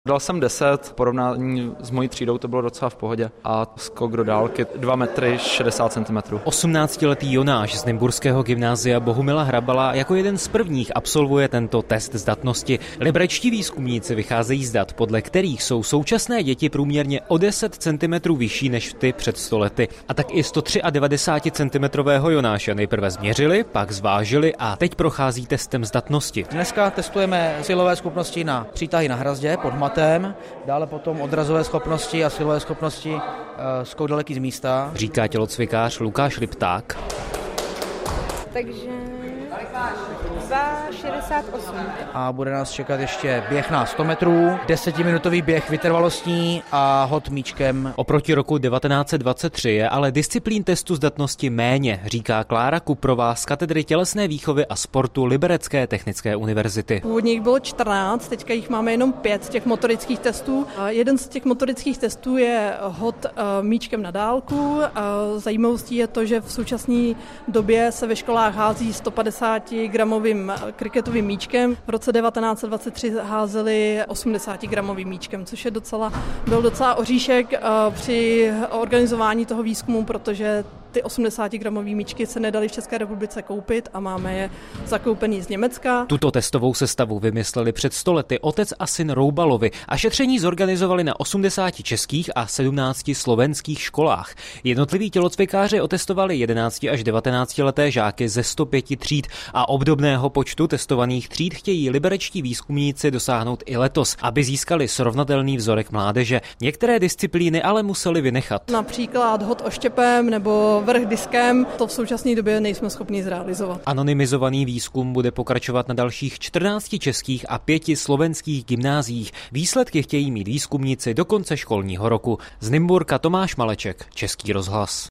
Dal jsem 10, v porovnání s mojí třídou to bylo docela v pohodě a skok do dálky 2 metry 60 cm. 18letý Jonáš z Nymburského gymnázia Bohumila Hrabala jako jeden z prvních absolvuje tento test zdatnosti. Liberečtí výzkumníci vycházejí z dat, podle kterých jsou současné děti průměrně o 10 cm vyšší než ty před 100 lety. A tak i 193 cm Jonáše nejprve změřili, pak zvážili a teď prochází testem zdatnosti. Dneska testujeme silové schopnosti na přítahy na hrazdě pod matem, dále potom odrazové schopnosti a silové schopnosti skok daleký z místa. Říká tělocvikář Lukáš Lipták. Takže 2,68. A bude nás čekat ještě běh na 100 metrů, 10minutový běh vytrvalostní a hod míčkem. Oproti roku 1923 je ale disciplín testu zdatnosti méně, říká Klára Kuprová z katedry tělesné výchovy a sportu Liberecké technické univerzity. Původně jich bylo 14, teďka jich máme jenom 5 těch motorických testů. Jeden z těch motorických testů je hod míčkem na dálku. Zajímavostí je to, že v současné době se ve školách hází 150 gramovým kriketovým míčkem. V roce 1923 házeli 80 gramovým míčkem, což je byl docela oříšek při organizování toho výzkumu, protože ty 80 gramový míčky se nedaly v České republice koupit a máme je zakoupený z Německa. Tuto testovou sestavu vymysleli před 100 lety otec a syn Roubalovi a šetření zorganizovali na 80 českých a 17 slovenských školách. Jednotliví tělocvikáři otestovali 11 až 19 leté žáky ze 105 tříd a obdobného počtu testovaných tříd chtějí liberečtí výzkumníci dosáhnout i letos, aby získali srovnatelný vzorek mládeže. Některé disciplíny ale museli vynechat. Například hod oštěpem nebo vrch diskem, to v současné době nejsme schopni zrealizovat. Anonymizovaný výzkum bude pokračovat na dalších 14 českých a 5 slovenských gymnáziích. Výsledky chtějí mít výzkumníci do konce školního roku. Z Nymburka Tomáš Maleček, Český rozhlas.